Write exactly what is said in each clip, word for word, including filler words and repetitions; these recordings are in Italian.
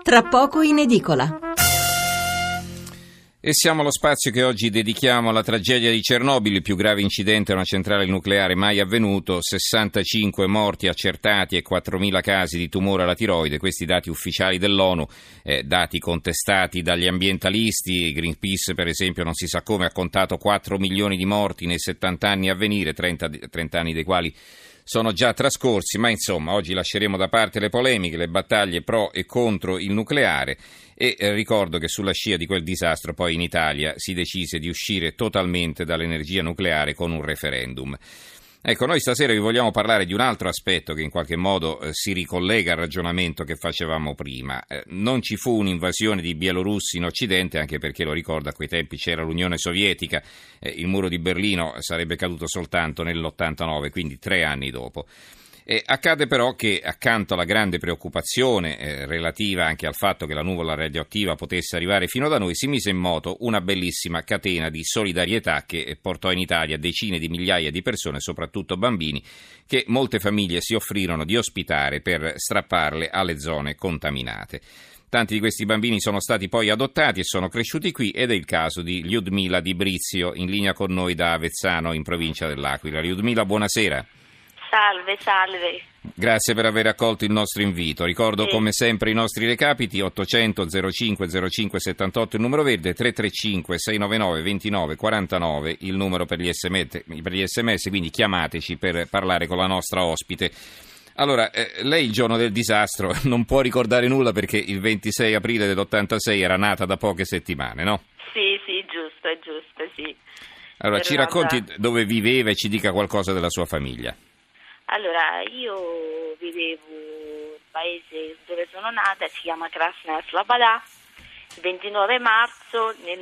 tra poco in edicola. E siamo allo spazio che oggi dedichiamo alla tragedia di Chernobyl, il più grave incidente a una centrale nucleare mai avvenuto, sessantacinque morti accertati e quattromila casi di tumore alla tiroide, questi dati ufficiali dell'ONU, eh, dati contestati dagli ambientalisti. Greenpeace per esempio non si sa come ha contato quattro milioni di morti nei settanta anni a venire, trenta, trenta anni dei quali sono già trascorsi, ma insomma oggi lasceremo da parte le polemiche, le battaglie pro e contro il nucleare e eh, ricordo che sulla scia di quel disastro poi in Italia si decise di uscire totalmente dall'energia nucleare con un referendum. Ecco, noi stasera vi vogliamo parlare di un altro aspetto che in qualche modo eh, si ricollega al ragionamento che facevamo prima. Eh, non ci fu un'invasione di bielorussi in Occidente, anche perché, lo ricordo, a quei tempi c'era l'Unione Sovietica, eh, il muro di Berlino sarebbe caduto soltanto nell'ottantanove, quindi tre anni dopo. E accade però che accanto alla grande preoccupazione eh, relativa anche al fatto che la nuvola radioattiva potesse arrivare fino da noi, si mise in moto una bellissima catena di solidarietà che portò in Italia decine di migliaia di persone, soprattutto bambini, che molte famiglie si offrirono di ospitare per strapparle alle zone contaminate. Tanti di questi bambini sono stati poi adottati e sono cresciuti qui ed è il caso di Liudmila Di Brizio, in linea con noi da Avezzano in provincia dell'Aquila. Liudmila, buonasera. Salve, salve. Grazie per aver accolto il nostro invito. Ricordo sì. come sempre i nostri recapiti: ottocento zero cinque zero cinque settantotto il numero verde, tre tre cinque sei nove nove due nove quattro nove il numero per gli S M S, per gli S M S, quindi chiamateci per parlare con la nostra ospite. Allora, eh, lei il giorno del disastro non può ricordare nulla perché il ventisei aprile dell'ottantasei era nata da poche settimane, no? Sì, sì, giusto, è giusto, sì. Allora, per ci racconti da... dove viveva e ci dica qualcosa della sua famiglia. Allora, io vivevo nel paese dove sono nata, si chiama Krasnaya Sloboda, il ventinove marzo nel,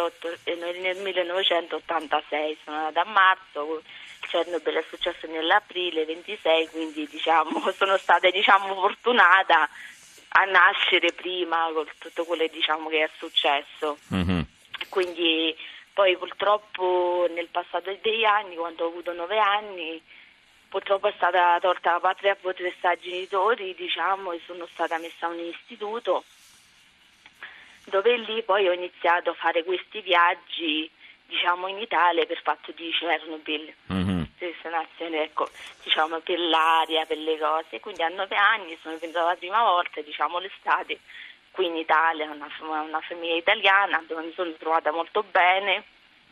nel millenovecentottantasei, sono nata a marzo, Chernobyl è successo nell'aprile ventisei, quindi diciamo sono stata diciamo fortunata a nascere prima con tutto quello diciamo che è successo. Mm-hmm. Quindi poi purtroppo nel passato degli anni, quando ho avuto nove anni, purtroppo è stata tolta la patria potestà ai genitori, diciamo, e sono stata messa a un istituto dove lì poi ho iniziato a fare questi viaggi, diciamo, in Italia per fatto di Chernobyl, mm-hmm. nazione, ecco, diciamo, per l'aria, per le cose. Quindi a nove anni sono venuta la prima volta, diciamo, l'estate qui in Italia, una, una famiglia italiana dove mi sono trovata molto bene.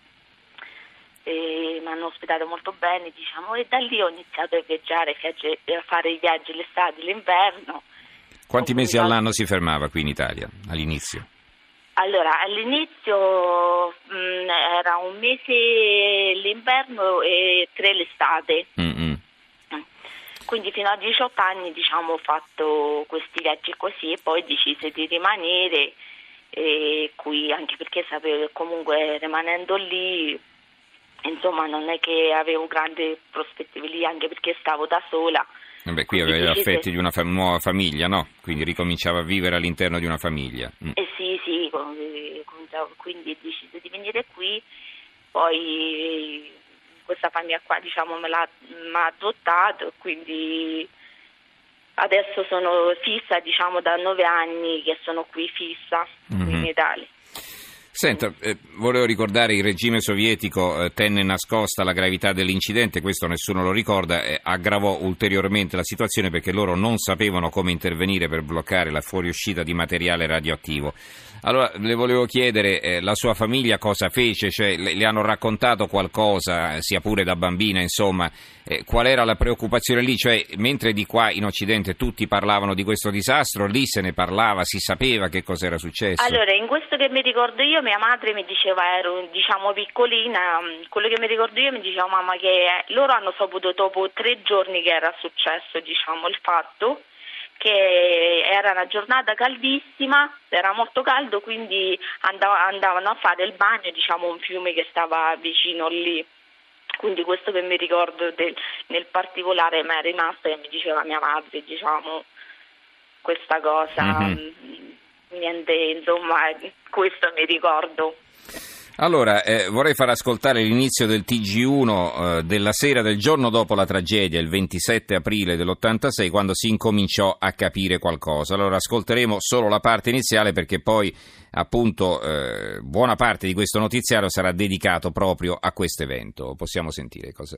E mi hanno ospitato molto bene, diciamo, e da lì ho iniziato a viaggiare, a fare i viaggi l'estate, l'inverno. Quanti mesi all'anno si fermava qui in Italia all'inizio? Allora, all'inizio mh, era un mese l'inverno e tre l'estate. Mm-hmm. Quindi fino a diciotto anni, diciamo, ho fatto questi viaggi così e poi decisi di rimanere eh, qui, anche perché sapevo che comunque rimanendo lì, insomma, non è che avevo grandi prospettive lì, anche perché stavo da sola. Vabbè, qui aveva gli affetti di una fa- nuova famiglia, no? Quindi ricominciava a vivere all'interno di una famiglia. Mm. Eh sì, sì, quindi ho deciso di venire qui, poi questa famiglia qua, diciamo, me l'ha, mi ha adottato, quindi adesso sono fissa, diciamo, da nove anni che sono qui fissa, mm-hmm. qui in Italia. Senta, eh, volevo ricordare il regime sovietico eh, tenne nascosta la gravità dell'incidente, questo nessuno lo ricorda, eh, aggravò ulteriormente la situazione perché loro non sapevano come intervenire per bloccare la fuoriuscita di materiale radioattivo. Allora le volevo chiedere, eh, la sua famiglia cosa fece? Cioè, le, le hanno raccontato qualcosa, sia pure da bambina, insomma, eh, qual era la preoccupazione lì? Cioè, mentre di qua in Occidente tutti parlavano di questo disastro, lì se ne parlava, si sapeva che cosa era successo? Allora, in questo che mi ricordo io, mia madre mi diceva, ero diciamo piccolina, quello che mi ricordo io mi diceva mamma che loro hanno saputo dopo tre giorni che era successo, diciamo, il fatto, che era una giornata caldissima, era molto caldo, quindi andav- andavano a fare il bagno, diciamo, un fiume che stava vicino lì. Quindi questo che mi ricordo del, nel particolare mi è rimasto e mi diceva mia madre, diciamo, questa cosa. Mm-hmm. Niente, insomma, questo mi ricordo. Allora, eh, vorrei far ascoltare l'inizio del T G uno eh, della sera del giorno dopo la tragedia, il ventisette aprile dell'ottantasei, quando si incominciò a capire qualcosa. Allora, ascolteremo solo la parte iniziale perché poi, appunto, eh, buona parte di questo notiziario sarà dedicato proprio a questo evento. Possiamo sentire cosa...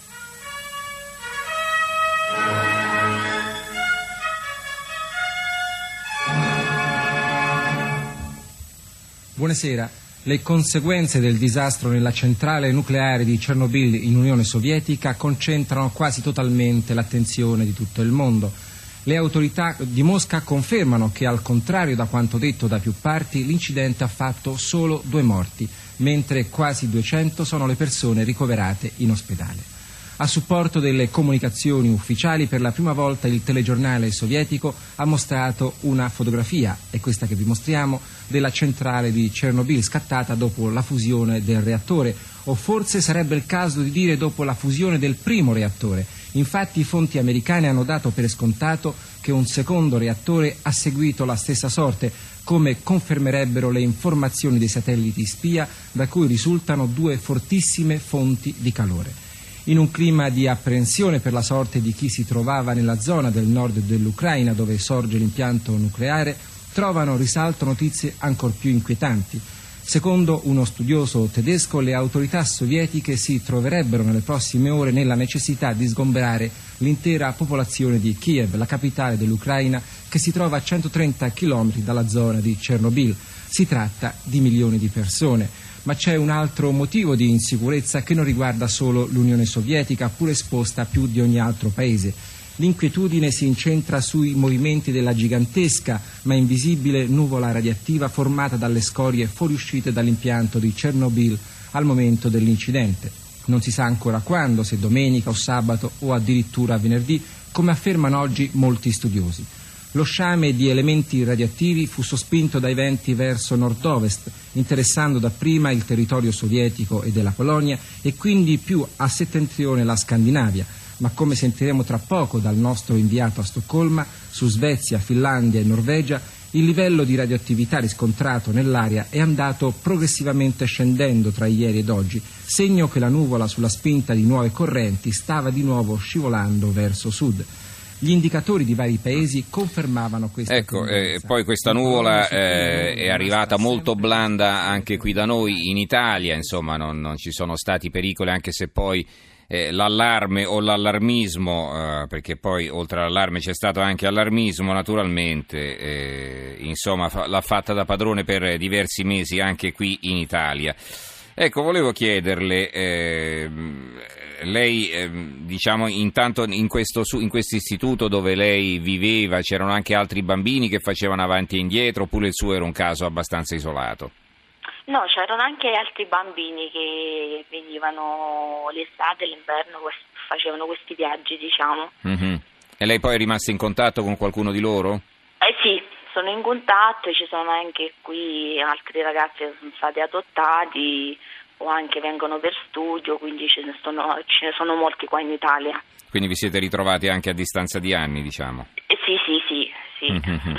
Buonasera. Le conseguenze del disastro nella centrale nucleare di Chernobyl in Unione Sovietica concentrano quasi totalmente l'attenzione di tutto il mondo. Le autorità di Mosca confermano che, al contrario da quanto detto da più parti, l'incidente ha fatto solo due morti, mentre quasi duecento sono le persone ricoverate in ospedale. A supporto delle comunicazioni ufficiali, per la prima volta il telegiornale sovietico ha mostrato una fotografia, è questa che vi mostriamo, della centrale di Chernobyl scattata dopo la fusione del reattore, o forse sarebbe il caso di dire dopo la fusione del primo reattore. Infatti fonti americane hanno dato per scontato che un secondo reattore ha seguito la stessa sorte, come confermerebbero le informazioni dei satelliti spia, da cui risultano due fortissime fonti di calore. In un clima di apprensione per la sorte di chi si trovava nella zona del nord dell'Ucraina dove sorge l'impianto nucleare, trovano risalto notizie ancor più inquietanti. Secondo uno studioso tedesco, le autorità sovietiche si troverebbero nelle prossime ore nella necessità di sgomberare l'intera popolazione di Kiev, la capitale dell'Ucraina, che si trova a centotrenta chilometri dalla zona di Chernobyl. Si tratta di milioni di persone. Ma c'è un altro motivo di insicurezza che non riguarda solo l'Unione Sovietica, pur esposta più di ogni altro paese. L'inquietudine si incentra sui movimenti della gigantesca ma invisibile nuvola radioattiva formata dalle scorie fuoriuscite dall'impianto di Chernobyl al momento dell'incidente. Non si sa ancora quando, se domenica o sabato o addirittura venerdì, come affermano oggi molti studiosi. Lo sciame di elementi radioattivi fu sospinto dai venti verso nord-ovest, interessando dapprima il territorio sovietico e della Polonia e quindi più a settentrione la Scandinavia. Ma come sentiremo tra poco dal nostro inviato a Stoccolma, su Svezia, Finlandia e Norvegia, il livello di radioattività riscontrato nell'aria è andato progressivamente scendendo tra ieri ed oggi, segno che la nuvola sulla spinta di nuove correnti stava di nuovo scivolando verso sud. Gli indicatori di vari paesi confermavano questa Ecco, eh, poi questa nuvola eh, è arrivata molto blanda anche qui da noi in Italia, insomma non, non ci sono stati pericoli, anche se poi eh, l'allarme o l'allarmismo, eh, perché poi oltre all'allarme c'è stato anche allarmismo naturalmente, eh, insomma fa, l'ha fatta da padrone per diversi mesi anche qui in Italia. Ecco, volevo chiederle, eh, lei, eh, diciamo, intanto in questo in questo istituto dove lei viveva c'erano anche altri bambini che facevano avanti e indietro, oppure il suo era un caso abbastanza isolato? No, c'erano anche altri bambini che venivano l'estate e l'inverno, facevano questi viaggi, diciamo. Mm-hmm. E lei poi è rimasta in contatto con qualcuno di loro? Eh sì. Sono in contatto e ci sono anche qui altri ragazzi che sono stati adottati o anche vengono per studio, quindi ce ne sono, ce ne sono molti qua in Italia. Quindi vi siete ritrovati anche a distanza di anni, diciamo? Eh, sì, sì, sì. sì. Mm-hmm.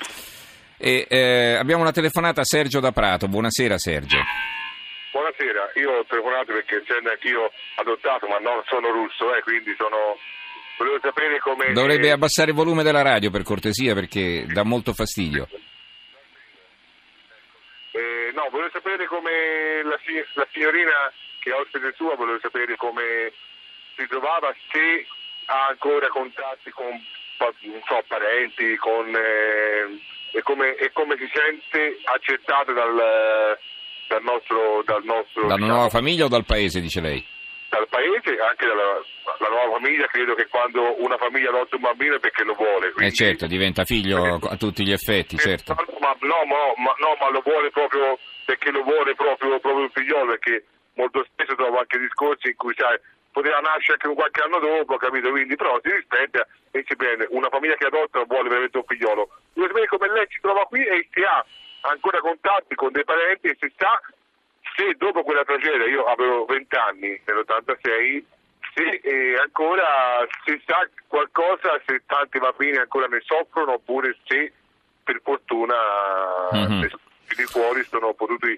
e, eh, abbiamo una telefonata a Sergio da Prato. Buonasera Sergio. Buonasera, io ho telefonato perché essendo anch'io adottato, ma non sono russo, eh, quindi sono... Volevo sapere come... Dovrebbe abbassare il volume della radio per cortesia perché dà molto fastidio. Eh, no, volevo sapere come la, la signorina che è ospite sua, volevo sapere come si trovava, se ha ancora contatti con non so, parenti, con, eh, e, come, e come si sente accettato dal, dal nostro... Dal nostro dalla nuova famiglia o dal paese, dice lei? Dal paese, anche dalla la nuova famiglia. Credo che quando una famiglia adotta un bambino è perché lo vuole, quindi... Eh certo, diventa figlio a tutti gli effetti, certo. Ma, no, ma, ma, no, ma lo vuole proprio perché lo vuole proprio, proprio il figliolo, perché molto spesso trovo anche discorsi in cui, sai, poteva nascere anche qualche anno dopo, capito? Quindi però si rispetta e si prende. Una famiglia che adotta vuole veramente un figliolo. Voglio sapere come lei si trova qui e se ha ancora contatti con dei parenti e se sa se dopo quella tragedia, io avevo venti anni nell'ottantasei, se eh, ancora si sa qualcosa, se tanti bambini ancora ne soffrono oppure se per fortuna mm-hmm. di fuori sono potuti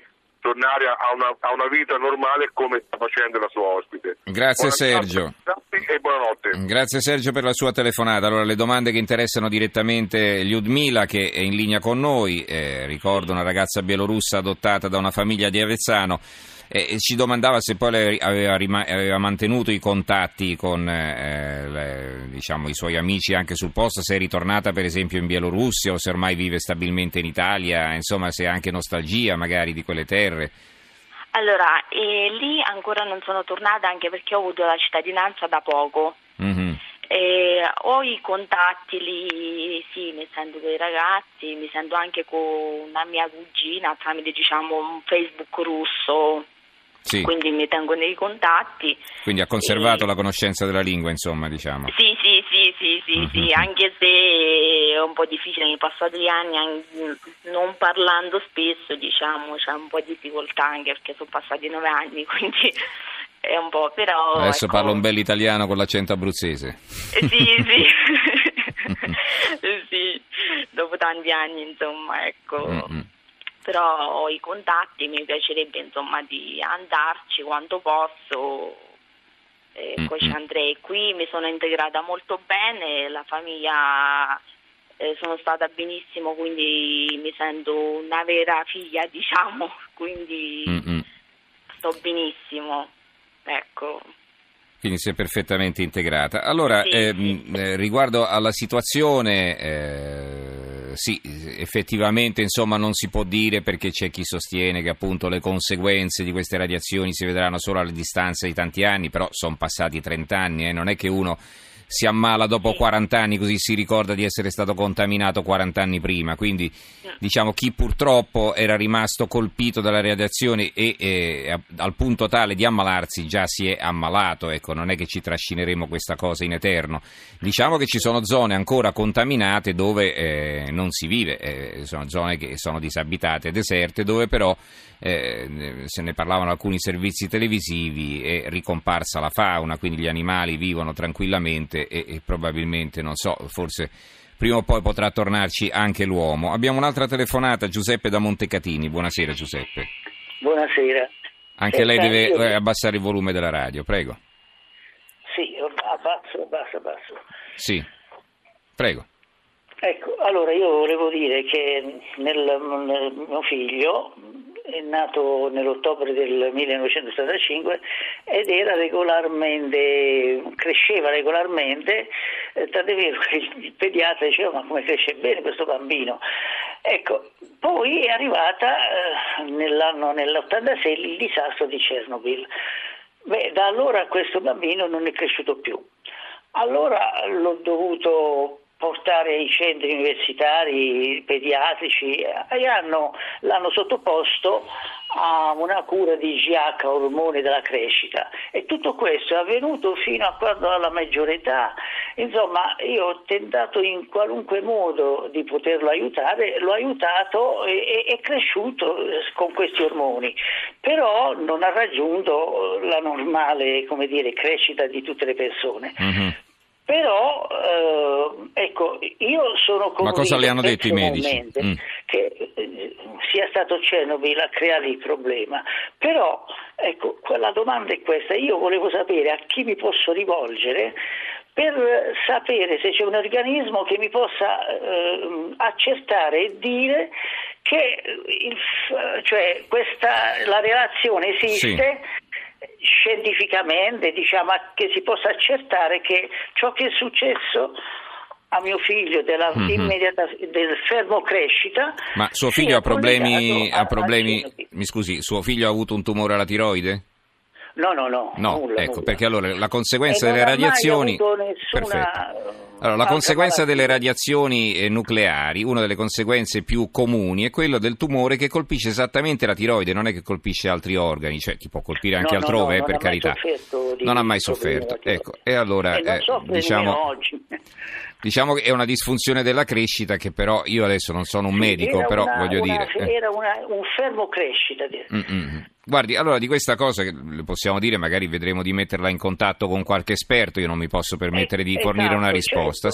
tornare a una, a una vita normale come sta facendo la sua ospite. Grazie Sergio. E buonanotte. Grazie Sergio per la sua telefonata. Allora, le domande che interessano direttamente Lyudmila, che è in linea con noi, eh, ricordo una ragazza bielorussa adottata da una famiglia di Avezzano, eh, e ci domandava se poi lei aveva, rima- aveva mantenuto i contatti con eh, le, diciamo, i suoi amici anche sul posto, se è ritornata per esempio in Bielorussia o se ormai vive stabilmente in Italia, insomma se ha anche nostalgia magari di quelle terre. Allora, eh, lì ancora non sono tornata, anche perché ho avuto la cittadinanza da poco. Mm-hmm. Eh, ho i contatti lì, sì, mi sento con i ragazzi, mi sento anche con una mia cugina tramite, diciamo, un Facebook russo, sì. Quindi mi tengo nei contatti. Quindi ha conservato e... la conoscenza della lingua, insomma, diciamo. Sì, sì, sì, sì, sì, mm-hmm. sì, anche se è un po' difficile nei passati anni, non parlando spesso, diciamo, c'è un po' di difficoltà, anche perché sono passati nove anni, quindi è un po', però... Adesso ecco... parlo un bel italiano con l'accento abruzzese. Eh, sì, sì, sì, dopo tanti anni, insomma, ecco... Mm-hmm. Però ho i contatti, mi piacerebbe insomma di andarci quando posso, e mm-hmm. poi ci andrei. Qui mi sono integrata molto bene, la famiglia eh, sono stata benissimo, quindi mi sento una vera figlia, diciamo, quindi mm-hmm. sto benissimo, ecco. Quindi si è perfettamente integrata. Allora, sì, ehm, sì. Eh, riguardo alla situazione... Eh... Sì, effettivamente insomma non si può dire, perché c'è chi sostiene che appunto le conseguenze di queste radiazioni si vedranno solo alla distanza di tanti anni, però sono passati trent'anni, eh, non è che uno si ammala dopo quaranta anni così si ricorda di essere stato contaminato quaranta anni prima, quindi diciamo chi purtroppo era rimasto colpito dalla radiazione e, e al punto tale di ammalarsi già si è ammalato, ecco, non è che ci trascineremo questa cosa in eterno. Diciamo che ci sono zone ancora contaminate dove eh, non si vive, eh, sono zone che sono disabitate, deserte, dove però eh, se ne parlavano alcuni servizi televisivi, è ricomparsa la fauna, quindi gli animali vivono tranquillamente e, e probabilmente, non so, forse prima o poi potrà tornarci anche l'uomo. Abbiamo un'altra telefonata, Giuseppe da Montecatini. Buonasera Giuseppe. Buonasera. Anche lei deve io... abbassare il volume della radio, prego. Sì, abbasso, abbasso, abbasso. Sì, prego. Ecco, allora io volevo dire che nel, nel mio figlio è nato nell'ottobre del millenovecentosettantacinque ed era regolarmente, cresceva regolarmente, eh, tant'è vero che il pediatra diceva: ma come cresce bene questo bambino. Ecco, poi è arrivata eh, nell'anno nell'ottantasei il disastro di Chernobyl. Beh, da allora questo bambino non è cresciuto più. Allora l'ho dovuto portare ai centri universitari pediatrici e hanno, l'hanno sottoposto a una cura di G H, ormone della crescita, e tutto questo è avvenuto fino a quando alla maggiore età. Insomma, io ho tentato in qualunque modo di poterlo aiutare, l'ho aiutato e è cresciuto con questi ormoni, però non ha raggiunto la normale, come dire, crescita di tutte le persone. Mm-hmm. Però, eh, ecco, io sono convinto. Ma cosa le hanno detto i medici? Mm. Che eh, sia stato Chernobyl a creare il problema. Però, ecco, la domanda è questa: io volevo sapere a chi mi posso rivolgere per sapere se c'è un organismo che mi possa eh, accertare e dire che il, cioè questa la relazione esiste. Sì. Scientificamente, diciamo, che si possa accertare che ciò che è successo a mio figlio della mm-hmm. immediata del fermo crescita. Ma suo figlio ha problemi, ha problemi mi scusi, suo figlio ha avuto un tumore alla tiroide? No, no, no. No, nulla, ecco, nulla. Perché allora la conseguenza e delle radiazioni... Nessuna... Perfetto. Allora, la conseguenza delle radiazioni nucleari, una delle conseguenze più comuni, è quella del tumore che colpisce esattamente la tiroide, non è che colpisce altri organi, cioè ti può colpire anche no, altrove, no, no, eh, per carità. Non ha mai sofferto. Ecco, e allora, e eh, diciamo... oggi. Diciamo che è una disfunzione della crescita che però io adesso non sono un medico, era però una, voglio una, dire... Eh. Era una, un fermo crescita. Mm-mm. Guardi, allora di questa cosa che le possiamo dire, magari vedremo di metterla in contatto con qualche esperto, io non mi posso permettere eh, di fornire esatto, una risposta, certo, sì.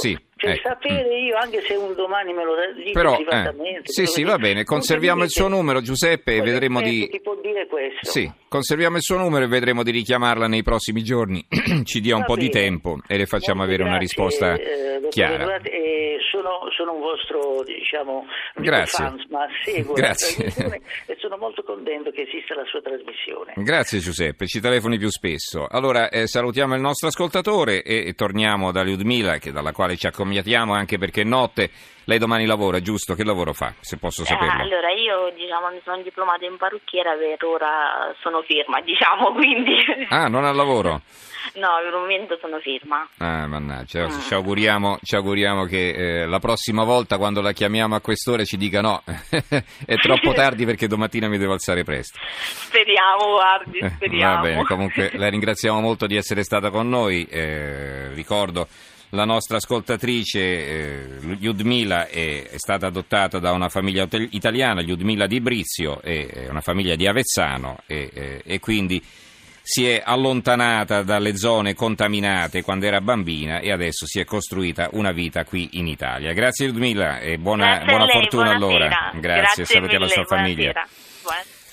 per ecco. sapere io, anche se un domani me lo dico Però, privatamente. eh, sì, sì, va bene, conserviamo il suo numero, Giuseppe, e vedremo di... Ti può dire questo. Sì, conserviamo il suo numero e vedremo di richiamarla nei prossimi giorni, ci dia un Va po' bene. di tempo e le facciamo Molto avere una grazie, risposta eh, chiara. Durati, eh, sono, sono un vostro, diciamo, Grazie. fans, ma seguo Grazie. la trasmissione e sono molto contento che esista la sua trasmissione. Grazie Giuseppe, ci telefoni più spesso. Allora eh, salutiamo il nostro ascoltatore e, e torniamo da Lyudmila, che, dalla quale ci accomiatiamo anche perché è notte. Lei domani lavora, giusto? Che lavoro fa, se posso saperlo? Eh, allora io diciamo mi sono diplomata in parrucchiera, per ora sono ferma, diciamo, quindi... Ah, non al lavoro? No, per il momento sono ferma. Ah, mannaggia, mm. ci auguriamo, ci auguriamo che eh, la prossima volta quando la chiamiamo a quest'ora ci dica no, è troppo tardi perché domattina mi devo alzare presto. Speriamo, guardi, speriamo. Va bene, comunque la ringraziamo molto di essere stata con noi, eh, ricordo la nostra ascoltatrice eh, Lyudmila è, è stata adottata da una famiglia italiana, Lyudmila di Brizio, è, è una famiglia di Avezzano e, e, e quindi si è allontanata dalle zone contaminate quando era bambina e adesso si è costruita una vita qui in Italia. Grazie Lyudmila e buona, Grazie buona a lei, fortuna allora. buonasera. Grazie, Grazie saluti alla mille, sua famiglia. buonasera. Buonasera.